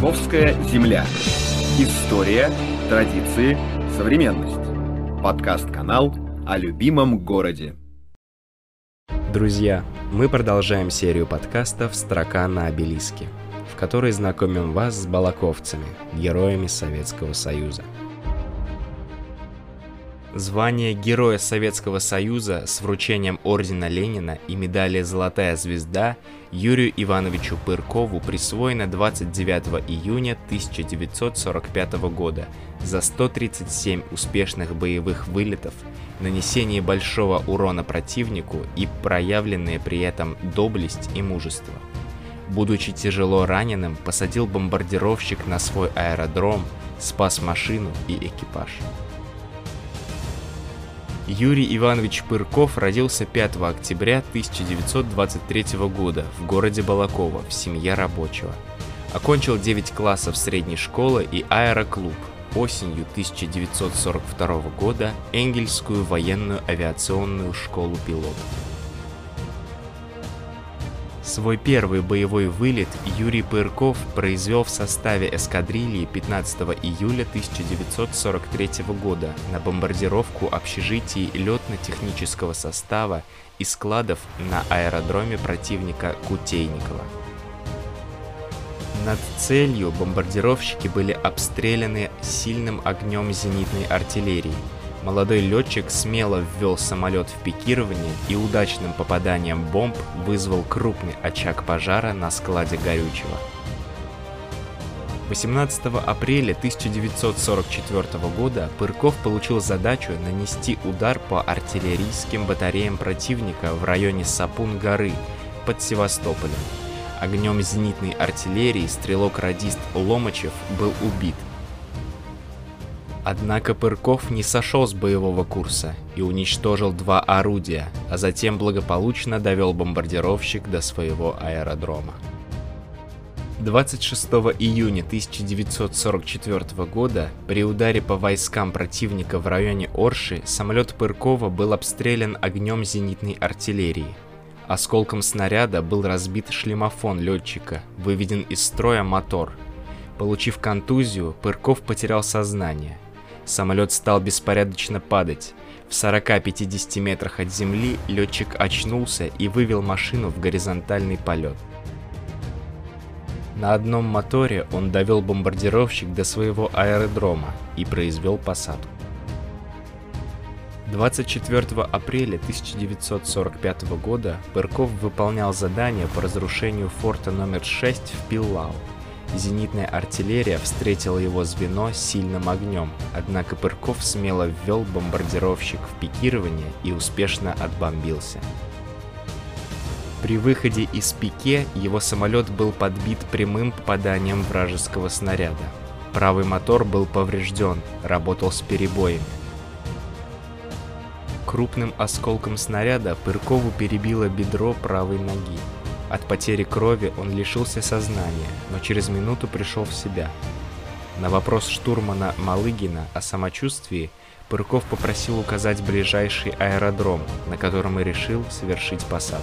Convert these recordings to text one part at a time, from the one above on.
Балаковская земля. История, традиции, современность. Подкаст-канал о любимом городе. Друзья, мы продолжаем серию подкастов «Строка на обелиске», в которой знакомим вас с балаковцами, героями Советского Союза. Звание Героя Советского Союза с вручением ордена Ленина и медали «Золотая звезда» Юрию Ивановичу Пыркову присвоено 29 июня 1945 года за 137 успешных боевых вылетов, нанесение большого урона противнику и проявленные при этом доблесть и мужество. Будучи тяжело раненым, посадил бомбардировщик на свой аэродром, спас машину и экипаж. Юрий Иванович Пырков родился 5 октября 1923 года в городе Балаково в семье рабочего. Окончил 9 классов средней школы и аэроклуб. Осенью 1942 года Энгельсскую военную авиационную школу пилотов. Свой первый боевой вылет Юрий Пырков произвел в составе эскадрильи 15 июля 1943 года на бомбардировку общежитий летно-технического состава и складов на аэродроме противника Кутейникова. Над целью бомбардировщики были обстреляны сильным огнем зенитной артиллерии. Молодой летчик смело ввел самолет в пикирование и удачным попаданием бомб вызвал крупный очаг пожара на складе горючего. 18 апреля 1944 года Пырков получил задачу нанести удар по артиллерийским батареям противника в районе Сапун-горы под Севастополем. Огнем зенитной артиллерии стрелок-радист Ломачев был убит. Однако Пырков не сошел с боевого курса и уничтожил 2 орудия, а затем благополучно довел бомбардировщик до своего аэродрома. 26 июня 1944 года при ударе по войскам противника в районе Орши самолет Пыркова был обстрелян огнем зенитной артиллерии. Осколком снаряда был разбит шлемофон летчика, выведен из строя мотор. Получив контузию, Пырков потерял сознание. Самолет стал беспорядочно падать. В 40-50 метрах от земли летчик очнулся и вывел машину в горизонтальный полет. На одном моторе он довел бомбардировщик до своего аэродрома и произвел посадку. 24 апреля 1945 года Пырков выполнял задание по разрушению форта номер 6 в Пиллау. Зенитная артиллерия встретила его звено сильным огнем, однако Пырков смело ввел бомбардировщик в пикирование и успешно отбомбился. При выходе из пике его самолет был подбит прямым попаданием вражеского снаряда. Правый мотор был поврежден, работал с перебоями. Крупным осколком снаряда Пыркову перебило бедро правой ноги. От потери крови он лишился сознания, но через минуту пришел в себя. На вопрос штурмана Малыгина о самочувствии Пырков попросил указать ближайший аэродром, на котором и решил совершить посадку.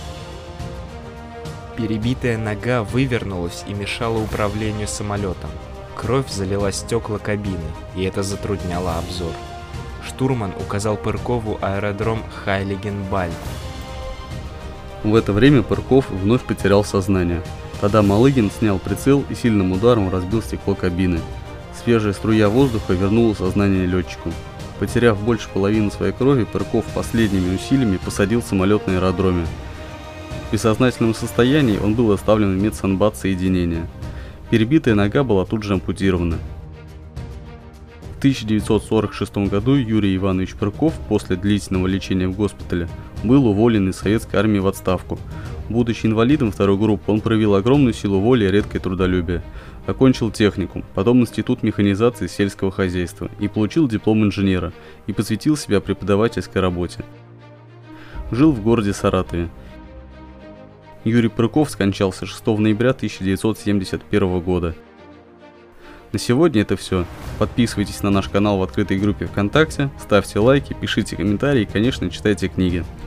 Перебитая нога вывернулась и мешала управлению самолетом. Кровь залила стекла кабины, и это затрудняло обзор. Штурман указал Пыркову аэродром Хайлигенбальд. В это время Пырков вновь потерял сознание. Тогда Малыгин снял прицел и сильным ударом разбил стекло кабины. Свежая струя воздуха вернула сознание летчику. Потеряв больше половины своей крови, Пырков последними усилиями посадил самолет на аэродроме. В бессознательном состоянии он был оставлен в медсанбат-соединение. Перебитая нога была тут же ампутирована. В 1946 году Юрий Иванович Пырков после длительного лечения в госпитале был уволен из советской армии в отставку. Будучи инвалидом второй группы, он проявил огромную силу воли и редкое трудолюбие. Окончил техникум, потом институт механизации сельского хозяйства и получил диплом инженера и посвятил себя преподавательской работе. Жил в городе Саратове. Юрий Пырков скончался 6 ноября 1971 года. На сегодня это все. Подписывайтесь на наш канал в открытой группе ВКонтакте, ставьте лайки, пишите комментарии и, конечно, читайте книги.